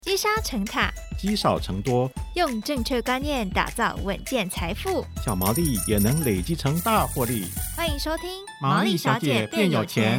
积沙成塔， 积少成多， 用正确观念打造稳健财富， 小毛利也能累积成大获利。 欢迎收听毛利小姐变有钱。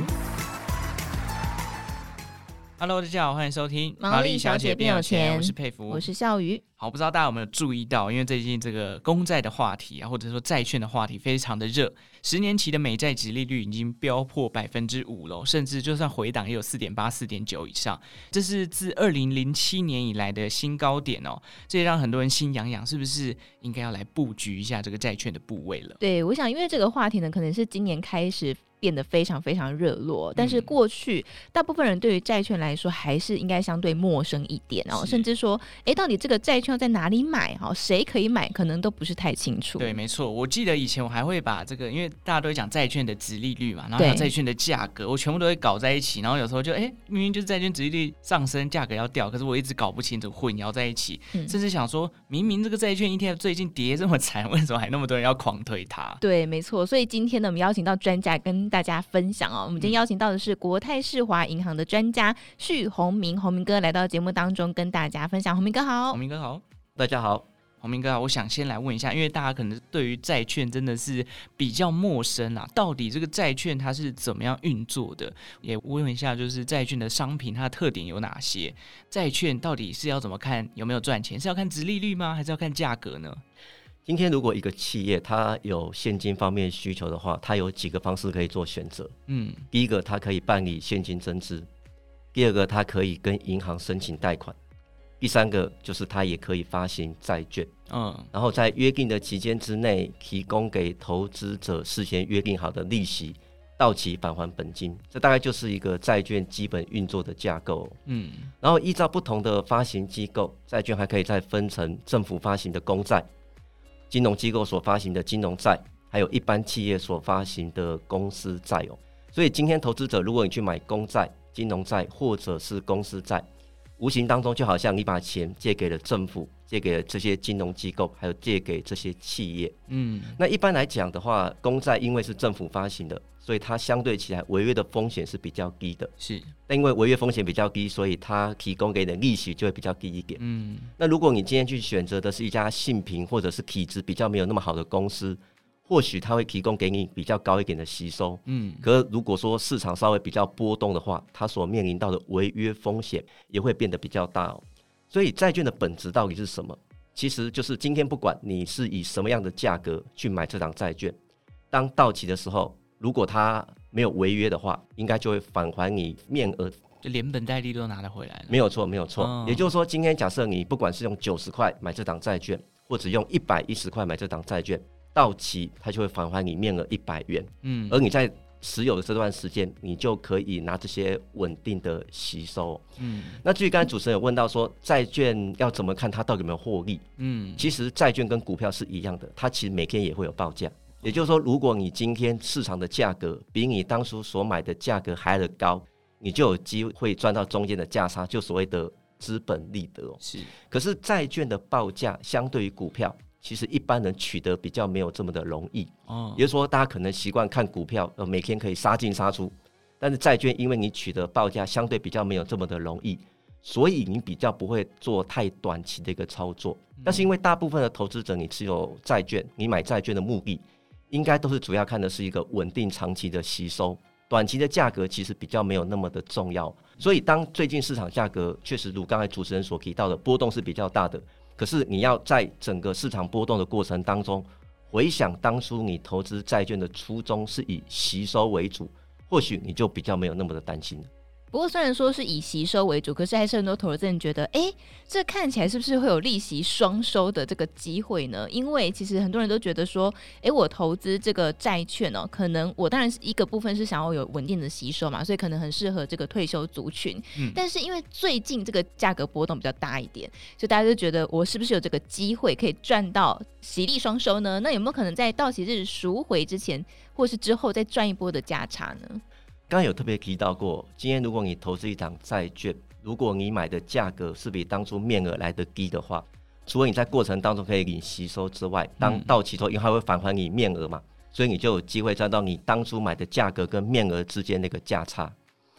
Hello， 大家好，欢迎收听毛利小姐变有钱。 我是佩服， 我是孝瑜。 好，不知道大家有没有注意到，因为最近这个公债的话题啊，或者说债券的话题非常的热，10年期的美债殖利率已经飙破 5% 了，甚至就算回档也有 4.8、4.9 以上，这是自2007年以来的新高点哦，这也让很多人心痒痒，是不是应该要来布局一下这个债券的部位了？ 对，我想因为这个话题呢，可能是今年开始变得非常非常热络，但是过去大部分人对于债券来说还是应该相对陌生一点哦，甚至说到底这个债券要在哪里买，谁可以买，可能都不是太清楚。 对，没错，我记得以前我还会把这个，因为大家都会讲债券的殖利率嘛，然后还有债券的价格，我全部都会搞在一起，然后有时候就明明就是债券殖利率上升，价格要掉，可是我一直搞不清楚，混淆在一起，甚至想说明明这个债券 ETF 最近跌这么惨，为什么还那么多人要狂推它？ 对，没错，所以今天呢，我们邀请到专家跟大家分享哦。我们今天邀请到的是国泰世华银行的专家许宏明，宏明哥来到节目当中跟大家分享。宏明哥好。 宏明哥好。 大家好。 宏明哥，我想先来问一下，因为大家可能对于债券真的是比较陌生啊，到底这个债券它是怎么样运作的？也问一下，就是债券的商品它的特点有哪些？债券到底是要怎么看有没有赚钱？是要看殖利率吗？还是要看价格呢？ 今天如果一个企业它有现金方面需求的话，它有几个方式可以做选择。第一个，它可以办理现金增资；第二个，它可以跟银行申请贷款；第三个就是它也可以发行债券。然后在约定的期间之内，提供给投资者事先约定好的利息，到期返还本金。这大概就是一个债券基本运作的架构。然后依照不同的发行机构，债券还可以再分成政府发行的公债、金融机构所发行的金融债，还有一般企业所发行的公司债哦。所以今天投资者如果你去买公债、金融债或者是公司债，无形当中就好像你把钱借给了政府，借给了这些金融机构，还有借给这些企业。那一般来讲的话，公债因为是政府发行的，所以它相对起来违约的风险是比较低的。 是， 但因为违约风险比较低，所以它提供给你的利息就会比较低一点。那如果你今天去选择的是一家信评或者是体质比较没有那么好的公司，或许它会提供给你比较高一点的息收。可是如果说市场稍微比较波动的话，它所面临到的违约风险也会变得比较大哦。所以债券的本质到底是什么？其实就是今天不管你是以什么样的价格去买这张债券，当到期的时候，如果它没有违约的话，应该就会返还你面额， 就连本带利都拿得回来了。 没有错，没有错。也就是说，今天假设你不管是用90块买这张债券，或者用110块买这张债券，到期它就会返还你面额100元。而你在持有的这段时间，你就可以拿这些稳定的息收。那至于刚才主持人有问到说，债券要怎么看它到底有没有获利？其实债券跟股票是一样的，它其实每天也会有报价。也就是说，如果你今天市场的价格比你当初所买的价格还要高，你就有机会赚到中间的价差，就所谓的资本利得哦。 是。可是债券的报价相对于股票，其实一般人取得比较没有这么的容易。也就是说，大家可能习惯看股票，每天可以杀进杀出，但是债券因为你取得报价相对比较没有这么的容易，所以你比较不会做太短期的一个操作。但是因为大部分的投资者，你持有债券，你买债券的目的应该都是主要看的是一个稳定长期的吸收，短期的价格其实比较没有那么的重要。所以当最近市场价格确实如刚才主持人所提到的波动是比较大的，可是你要在整个市场波动的过程当中，回想当初你投资债券的初衷是以吸收为主，或许你就比较没有那么的担心了。 不过虽然说是以息收为主，可是还是很多投资人觉得这看起来是不是会有利息双收的这个机会呢？因为其实很多人都觉得说我投资这个债券可能我当然是一个部分是想要有稳定的息收嘛，所以可能很适合这个退休族群。但是因为最近这个价格波动比较大一点，所以大家就觉得我是不是有这个机会可以赚到息利双收呢？那有没有可能在到期日赎回之前或是之后再赚一波的价差呢？ 刚刚有特别提到过，今天如果你投资一张债券，如果你买的价格是比当初面额来得低的话，除了你在过程当中可以领息收之外，当到期之后银行会返还你面额嘛，所以你就有机会赚到你当初买的价格跟面额之间那个价差。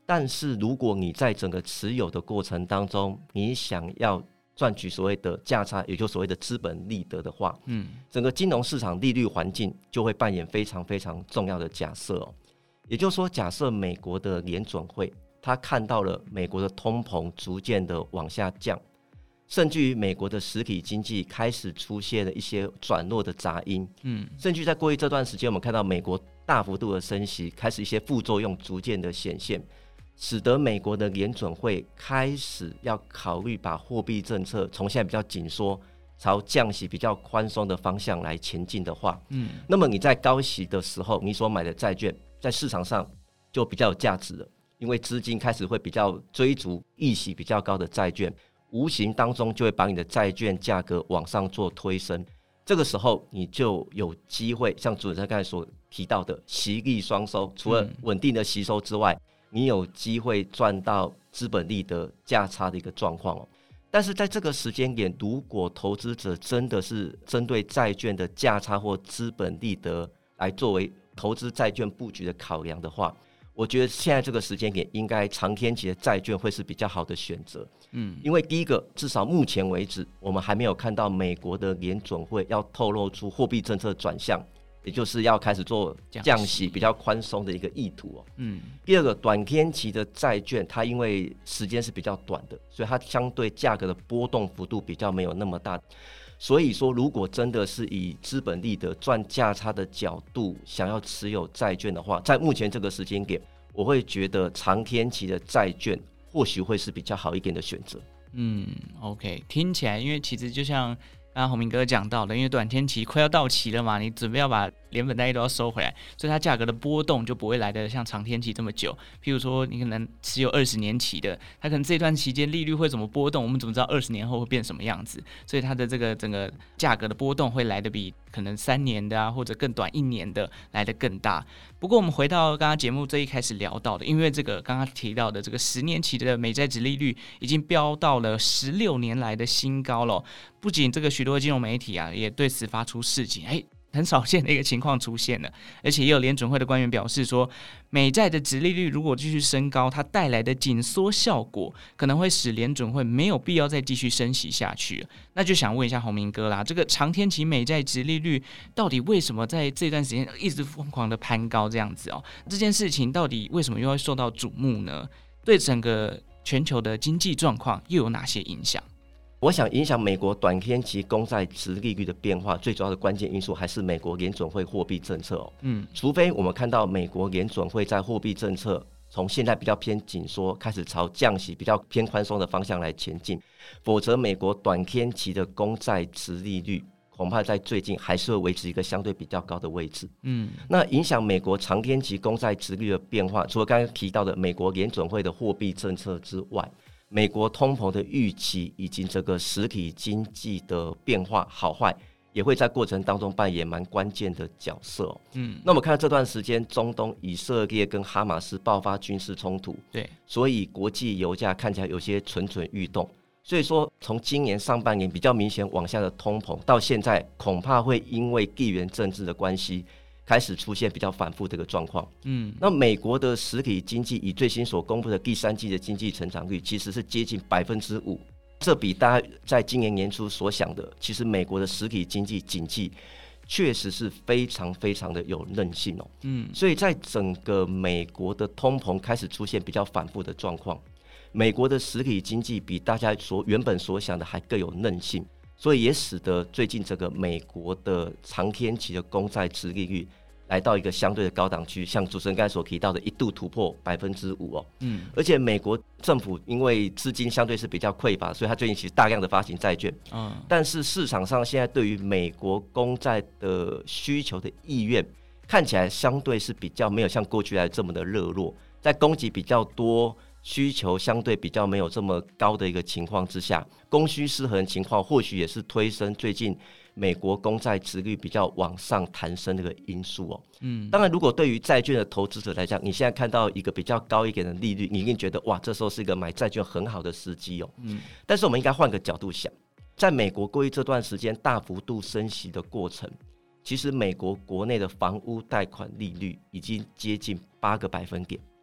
但是如果你在整个持有的过程当中，你想要赚取所谓的价差，也就是所谓的资本利得的话，整个金融市场利率环境就会扮演非常非常重要的假设哦。也就是说，假设美国的联准会他看到了美国的通膨逐渐的往下降，甚至于美国的实体经济开始出现了一些转弱的杂音，甚至在过去这段时间，我们看到美国大幅度的升息，开始一些副作用逐渐的显现，使得美国的联准会开始要考虑把货币政策从现在比较紧缩朝降息比较宽松的方向来前进的话，那么你在高息的时候，你所买的债券在市场上就比较有价值了，因为资金开始会比较追逐利息比较高的债券，无形当中就会把你的债券价格往上做推升。这个时候你就有机会像主持人刚才所提到的息利双收，除了稳定的息收之外，你有机会赚到资本利得价差的一个状况哦。但是在这个时间点，如果投资者真的是针对债券的价差或资本利得来作为投资债券布局的考量的话，我觉得现在这个时间点应该长天期的债券会是比较好的选择。因为第一个，至少目前为止我们还没有看到美国的联准会要透露出货币政策转向，也就是要开始做降息比较宽松的一个意图哦。第二个，短天期的债券它因为时间是比较短的，所以它相对价格的波动幅度比较没有那么大，所以说如果真的是以资本利得赚价差的角度想要持有债券的话，在目前这个时间点，我会觉得长天期的债券或许会是比较好一点的选择。 OK， 听起来因为其实就像刚刚洪明哥讲到的，因为短天期快要到期了嘛，你准备要把连本带利都要收回来，所以它价格的波动就不会来的像长天期这么久。譬如说你可能持有20年期的，它可能这段期间利率会怎么波动，我们怎么知道20年后会变什么样子？所以它的这个整个价格的波动会来的比可能3年的或者更短1年的来的更大。不过我们回到刚刚节目最一开始聊到的，因为这个刚刚提到的这个10年期的美债殖利率已经飙到了16年来的新高了，不仅这个许多金融媒体也对此发出示警，很少见的一个情况出现了，而且也有联准会的官员表示说，美债的殖利率如果继续升高，它带来的紧缩效果可能会使联准会没有必要再继续升息下去。那就想问一下洪明哥啦，这个长天期美债殖利率到底为什么在这段时间一直疯狂的攀高这样子哦？这件事情到底为什么又会受到瞩目呢？对整个全球的经济状况又有哪些影响？ 我想影响美国短天期公债殖利率的变化，最主要的关键因素还是美国联准会货币政策哦。除非我们看到美国联准会在货币政策从现在比较偏紧缩，开始朝降息比较偏宽松的方向来前进，否则美国短天期的公债殖利率恐怕在最近还是会维持一个相对比较高的位置。那影响美国长天期公债殖利率的变化，除了刚刚提到的美国联准会的货币政策之外，美国通膨的预期以及这个实体经济的变化好坏，也会在过程当中扮演蛮关键的角色哦。那我们看到这段时间，中东以色列跟哈马斯爆发军事冲突， 对， 所以国际油价看起来有些蠢蠢欲动。所以说，从今年上半年比较明显往下的通膨，到现在恐怕会因为地缘政治的关系，开始出现比较反复的一个状况。那美国的实体经济以最新所公布的第3季的经济成长率，其实是接近5%，这比大家在今年年初所想的，其实美国的实体经济景气确实是非常非常的有韧性哦。所以在整个美国的通膨开始出现比较反复的状况，美国的实体经济比大家原本所想的还更有韧性。所以也使得最近这个美国的长天期的公债殖利率来到一个相对的高档区，像主持人刚才所提到的，一度突破5%哦。而且美国政府因为资金相对是比较匮乏，所以它最近其实大量的发行债券。但是市场上现在对于美国公债的需求的意愿，看起来相对是比较没有像过去来这么的热络，在供给比较多，需求相对比较没有这么高的一个情况之下，供需失衡的情况或许也是推升最近美国公债殖率比较往上弹升的一个因素哦。当然如果对于债券的投资者来讲，你现在看到一个比较高一点的利率，你一定觉得哇，这时候是一个买债券很好的时机哦。但是我们应该换个角度想，在美国过去这段时间大幅度升息的过程，其实美国国内的房屋贷款利率已经接近8个百分点，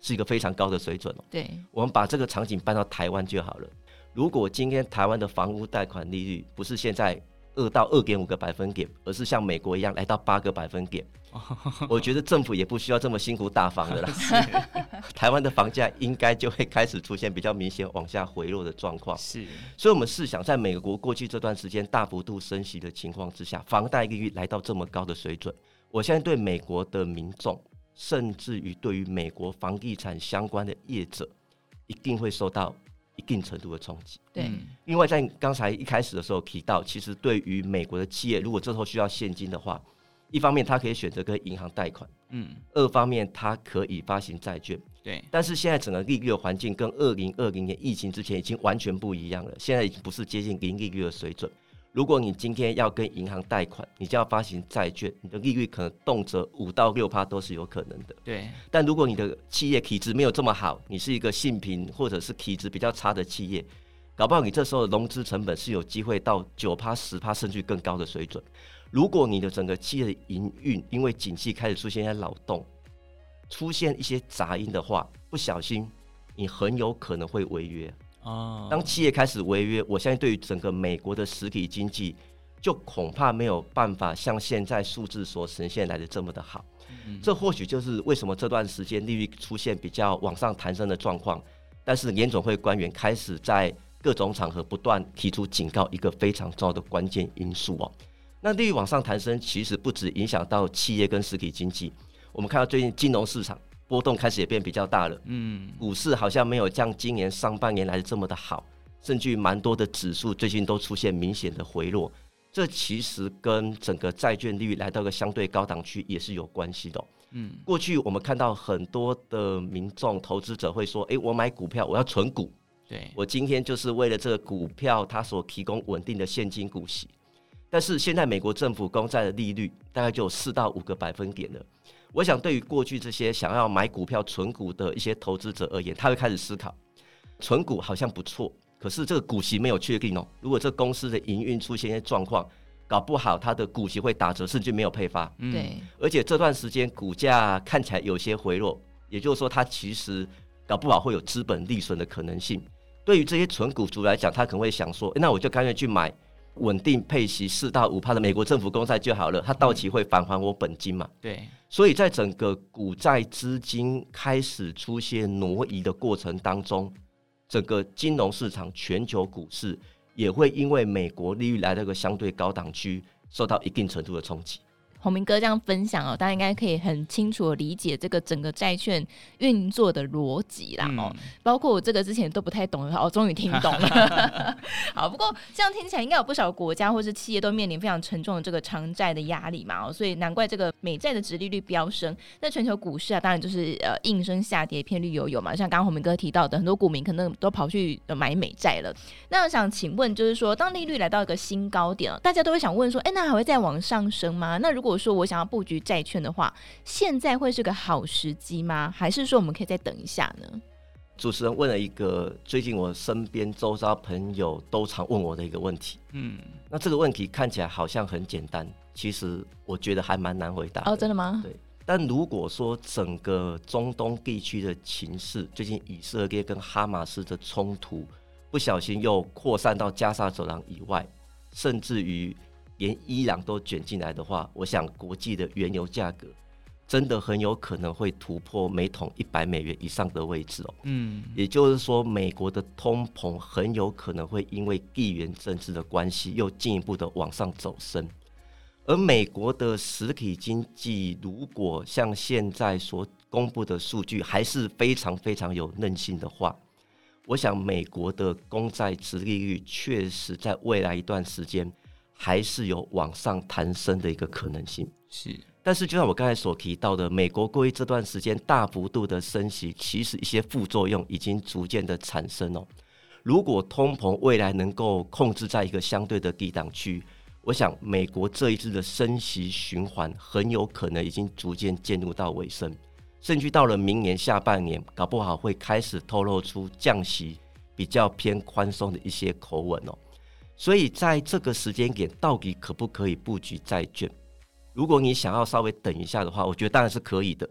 是一个非常高的水准哦。 对， 我们把这个场景搬到台湾就好了。如果今天台湾的房屋贷款利率不是现在2到2.5个百分点，而是像美国一样来到8个百分点，我觉得政府也不需要这么辛苦打房的啦。台湾的房价应该就会开始出现比较明显往下回落的状况。 是， 所以我们试想，在美国过去这段时间大幅度升息的情况之下，房贷利率来到这么高的水准，我现在对美国的民众，甚至于对于美国房地产相关的业者，一定会受到一定程度的冲击。 对， 另外在刚才一开始的时候提到，其实对于美国的企业，如果这时候需要现金的话，一方面它可以选择跟银行贷款，二方面它可以发行债券。 对， 但是现在整个利率的环境跟2020年疫情之前已经完全不一样了，现在已经不是接近零利率的水准。如果你今天要跟银行贷款，你就要发行债券，你的利率可能动辄5到6%都是有可能的。 对， 但如果你的企业体质没有这么好，你是一个信评或者是体质比较差的企业，搞不好你这时候的融资成本是有机会到9%、10%甚至更高的水准。如果你的整个企业的营运因为景气开始出现一些扰动，出现一些杂音的话，不小心你很有可能会违约。当企业开始违约，我相信对于整个美国的实体经济就恐怕没有办法像现在数字所呈现来的这么的好。这或许就是为什么这段时间利率出现比较往上弹升的状况，但是联总会官员开始在各种场合不断提出警告，一个非常重要的关键因素哦。那利率往上弹升其实不只影响到企业跟实体经济，我们看到最近金融市场波动开始也变比较大了，股市好像没有像今年上半年来的这么的好，甚至于蛮多的指数最近都出现明显的回落，这其实跟整个债券利率来到一个相对高档区也是有关系的哦。过去我们看到很多的民众投资者会说，我买股票我要存股， 对， 我今天就是为了这个股票它所提供稳定的现金股息。但是现在美国政府公债的利率大概就有4到5个百分点了，我想对于过去这些想要买股票存股的一些投资者而言，他会开始思考，存股好像不错，可是这个股息没有确定哦。如果这公司的营运出现一些状况，搞不好它的股息会打折，甚至没有配发。 对， 而且这段时间股价看起来有些回落，也就是说它其实搞不好会有资本利损的可能性。对于这些存股族来讲，他可能会想说，那我就干脆去买稳定配息4到5%的美国政府公债就好了，它到期会返还我本金嘛。 对， 所以在整个股债资金开始出现挪移的过程当中，整个金融市场全球股市也会因为美国利率来到一个相对高档区，受到一定程度的冲击。 宏明哥这样分享大家应该可以很清楚的理解这个整个债券运作的逻辑啦包括我这个之前都不太懂的终于听懂了好，不过这样听起来应该有不少国家或是企业都面临非常沉重的这个偿债的压力嘛所以难怪这个美债的殖利率飙升，那全球股市当然就是应声下跌，偏绿油油嘛，像刚刚宏明哥提到的，很多股民可能都跑去买美债了。那我想请问就是说，当利率来到一个新高点大家都会想问说那还会再往上升吗？那如果说我想要布局债券的话，现在会是个好时机吗？还是说我们可以再等一下呢？ 主持人问了一个最近我身边周遭朋友都常问我的一个问题，那这个问题看起来好像很简单，其实我觉得还蛮难回答的。 真的吗？ 对。但如果说整个中东地区的情势，最近以色列跟哈马斯的冲突不小心又扩散到加沙走廊以外，甚至于连伊朗都卷进来的话，我想国际的原油价格真的很有可能会突破每桶$100以上的位置也就是说美国的通膨很有可能会因为地缘政治的关系又进一步的往上走升。而美国的实体经济如果像现在所公布的数据还是非常非常有韧性的话，我想美国的公债殖利率确实在未来一段时间还是有往上弹升的一个可能性。 是， 但是就像我刚才所提到的，美国过去这段时间大幅度的升息，其实一些副作用已经逐渐的产生如果通膨未来能够控制在一个相对的低档区，我想美国这一次的升息循环很有可能已经逐渐进入到尾声，甚至到了明年下半年搞不好会开始透露出降息比较偏宽松的一些口吻所以在这个时间点到底可不可以布局债券，如果你想要稍微等一下的话，我觉得当然是可以的。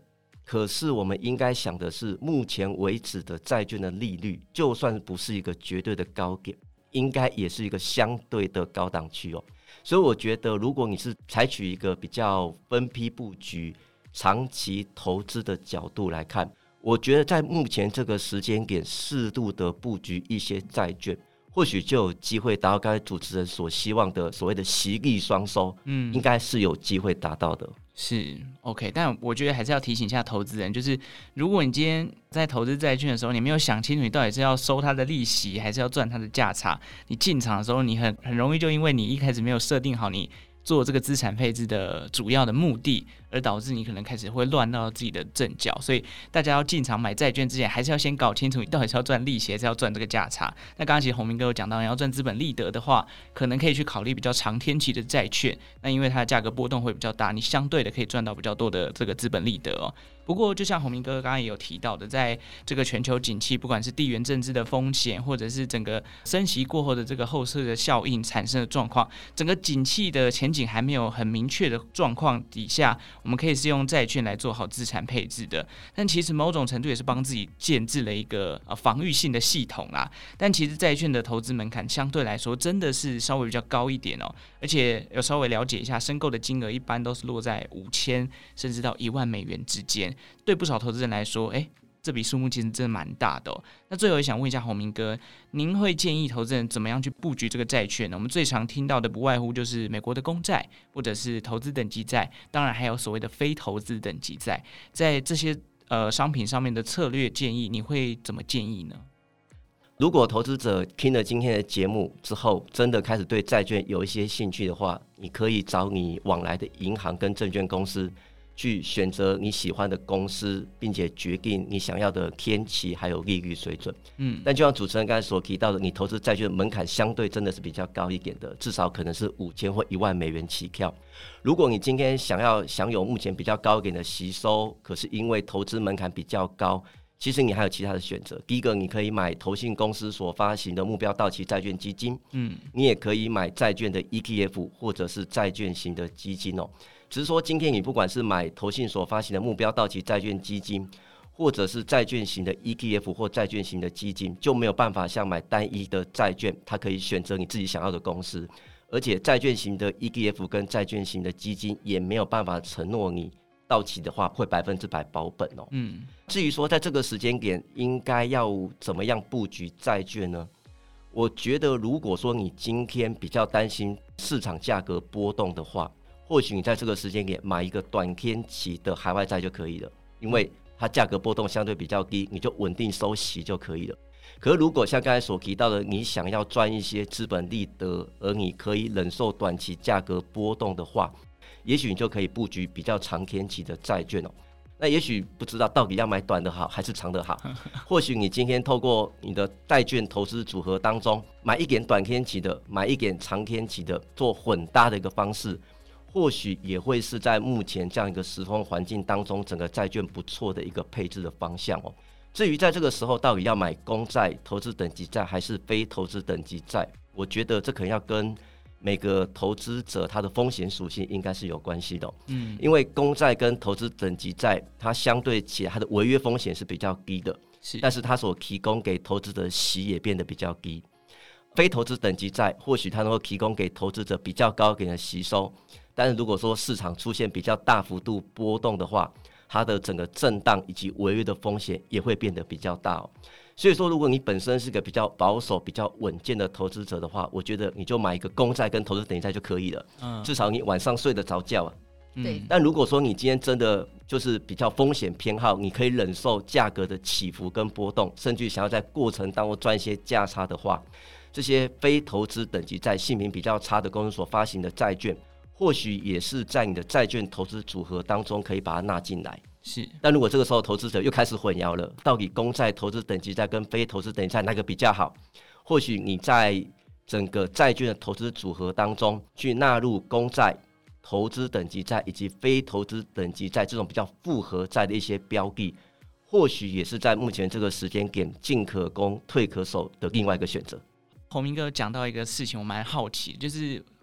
可是我们应该想的是，目前为止的债券的利率，就算不是一个绝对的高点，应该也是一个相对的高档区哦。所以我觉得，如果你是采取一个比较分批布局、长期投资的角度来看，我觉得在目前这个时间点，适度的布局一些债券，或许就有机会达到刚才主持人所希望的所谓的息利双收，应该是有机会达到的。 是 OK， 但我觉得还是要提醒一下投资人，就是如果你今天在投资债券的时候，你没有想清楚你到底是要收它的利息，还是要赚它的价差，你进场的时候，你很容易就因为你一开始没有设定好你做这个资产配置的主要的目的，而导致你可能开始会乱到自己的阵脚。所以大家要进场买债券之前，还是要先搞清楚你到底是要赚利息还是要赚这个价差。那刚刚其实鸿明哥有讲到，你要赚资本利得的话，可能可以去考虑比较长天期的债券，那因为它的价格波动会比较大，你相对的可以赚到比较多的这个资本利得哦。不过就像鸿明哥刚刚也有提到的，在这个全球景气，不管是地缘政治的风险，或者是整个升息过后的这个后市的效应产生的状况，整个景气的前景还没有很明确的状况底下，我们可以是用债券来做好资产配置的。但其实某种程度也是帮自己建置了一个防御性的系统啦。但其实债券的投资门槛相对来说真的是稍微比较高一点哦，而且有稍微了解一下，申购的金额一般都是落在5000甚至到$10,000之间。对不少投资人来说，这笔数目其实真的蛮大的哦。那最后也想问一下鸿明哥，您会建议投资人怎么样去布局这个债券呢？我们最常听到的不外乎就是美国的公债，或者是投资等级债，当然还有所谓的非投资等级债。在这些商品上面的策略建议，你会怎么建议呢？ 如果投资者听了今天的节目之后，真的开始对债券有一些兴趣的话，你可以找你往来的银行跟证券公司去选择你喜欢的公司，并且决定你想要的天期还有利率水准。但就像主持人刚才所提到的，你投资债券的门槛相对真的是比较高一点的，至少可能是5000或$10,000起跳。如果你今天想要享有目前比较高一点的息收，可是因为投资门槛比较高，其实你还有其他的选择。第一个，你可以买投信公司所发行的目标到期债券基金，你也可以买债券的 ETF 或者是债券型的基金哦。只是说，今天你不管是买投信所发行的目标到期债券基金，或者是债券型的 ETF 或债券型的基金，就没有办法像买单一的债券，它可以选择你自己想要的公司，而且债券型的 ETF 跟债券型的基金也没有办法承诺你到期的话会100%保本哦。至于说在这个时间点应该要怎么样布局债券呢？我觉得如果说你今天比较担心市场价格波动的话，或许你在这个时间点买一个短天期的海外债就可以了，因为它价格波动相对比较低，你就稳定收息就可以了。可是如果像刚才所提到的，你想要赚一些资本利得，而你可以忍受短期价格波动的话，也许你就可以布局比较长天期的债券哦。那也许不知道到底要买短的好还是长的好，或许你今天透过你的债券投资组合当中买一点短天期的，买一点长天期的，做混搭的一个方式，或许也会是在目前这样一个时空环境当中，整个债券不错的一个配置的方向哦。至于在这个时候到底要买公债、投资等级债还是非投资等级债，我觉得这可能要跟每个投资者他的风险属性应该是有关系的哦。因为公债跟投资等级债，它相对起来它的违约风险是比较低的，但是它所提供给投资者的息也变得比较低。非投资等级债或许它能够提供给投资者比较高一点的息收，但是如果说市场出现比较大幅度波动的话，它的整个震荡以及违约的风险也会变得比较大哦。所以说如果你本身是个比较保守比较稳健的投资者的话，我觉得你就买一个公债跟投资等级债就可以了，至少你晚上睡得着觉啊。 对。 但如果说你今天真的就是比较风险偏好，你可以忍受价格的起伏跟波动，甚至想要在过程当中赚一些价差的话，这些非投资等级债信评比较差的公司所发行的债券，或许也是在你的债券投资组合当中可以把它纳进来。 是， 但如果这个时候投资者又开始混淆了，到底公债投资等级债跟非投资等级债哪个比较好？或许你在整个债券的投资组合当中去纳入公债、投资等级债以及非投资等级债这种比较复合债的一些标的，或许也是在目前这个时间点进可攻退可守的另外一个选择。 鸿明哥讲到一个事情，我蛮好奇，就是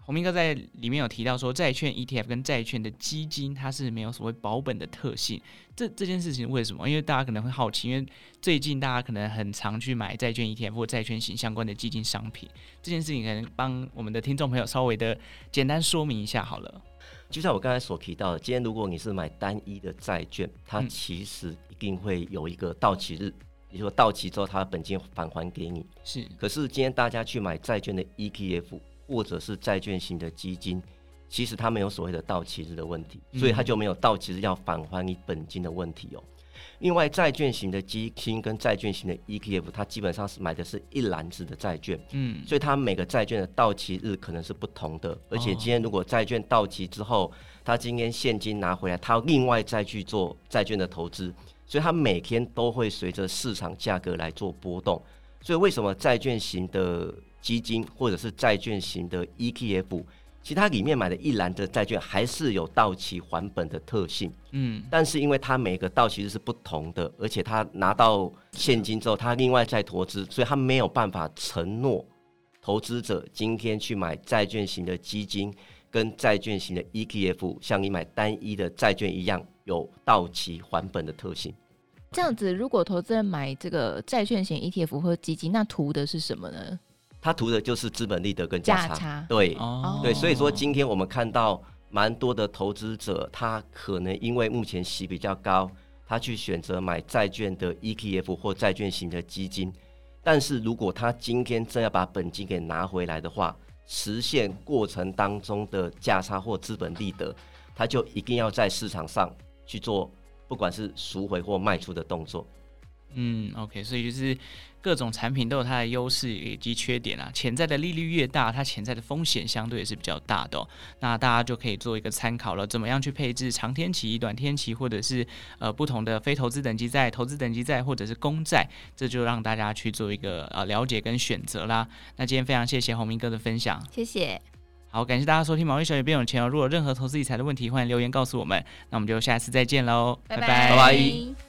鸿明哥在里面有提到说，债券 ETF 跟债券的基金它是没有所谓保本的特性。这件事情为什么？因为大家可能会好奇，因为最近大家可能很常去买债券 ETF 或债券型相关的基金商品，这件事情可能帮我们的听众朋友稍微的简单说明一下好了。 就像我刚才所提到的，今天如果你是买单一的债券，它其实一定会有一个到期日，也就是说到期之后它的本金返还给你。 是， 可是今天大家去买债券的 ETF 或者是债券型的基金，其实它没有所谓的到期日的问题，所以它就没有到期日要返还你本金的问题哦。另外，债券型的基金跟债券型的 ETF， 它基本上是买的是一篮子的债券，所以它每个债券的到期日可能是不同的。而且今天如果债券到期之后，它今天现金拿回来，它另外再去做债券的投资，所以它每天都会随着市场价格来做波动。所以为什么债券型的基金或者是债券型的 ETF，其实它里面买的一篮的债券还是有到期还本的特性，但是因为它每个到期日是不同的，而且它拿到现金之后，它另外再投资，所以它没有办法承诺投资者今天去买债券型的基金跟债券型的 ETF， 像你买单一的债券一样，有到期还本的特性。 这样子，如果投资人买这个债券型 ETF 或基金，那图的是什么呢？ 它图的就是资本利得跟价差，对、对，所以说今天我们看到蛮多的投资者，他可能因为目前息比较高，他去选择买债券的 ETF 或债券型的基金，但是如果他今天真要把本金给拿回来的话，实现过程当中的价差或资本利得，他就一定要在市场上去做，不管是赎回或卖出的动作。 OK， 所以就是各种产品都有它的优势以及缺点啊。潜在的利率越大，它潜在的风险相对也是比较大的那大家就可以做一个参考了，怎么样去配置长天期、短天期，或者是不同的非投资等级债、投资等级债，或者是公债，这就让大家去做一个了解跟选择啦。那今天非常谢谢鸿明哥的分享， 谢谢。 好，感谢大家收听毛利小姐变有钱如果有任何投资理财的问题，欢迎留言告诉我们。那我们就下次再见喽， 拜拜拜。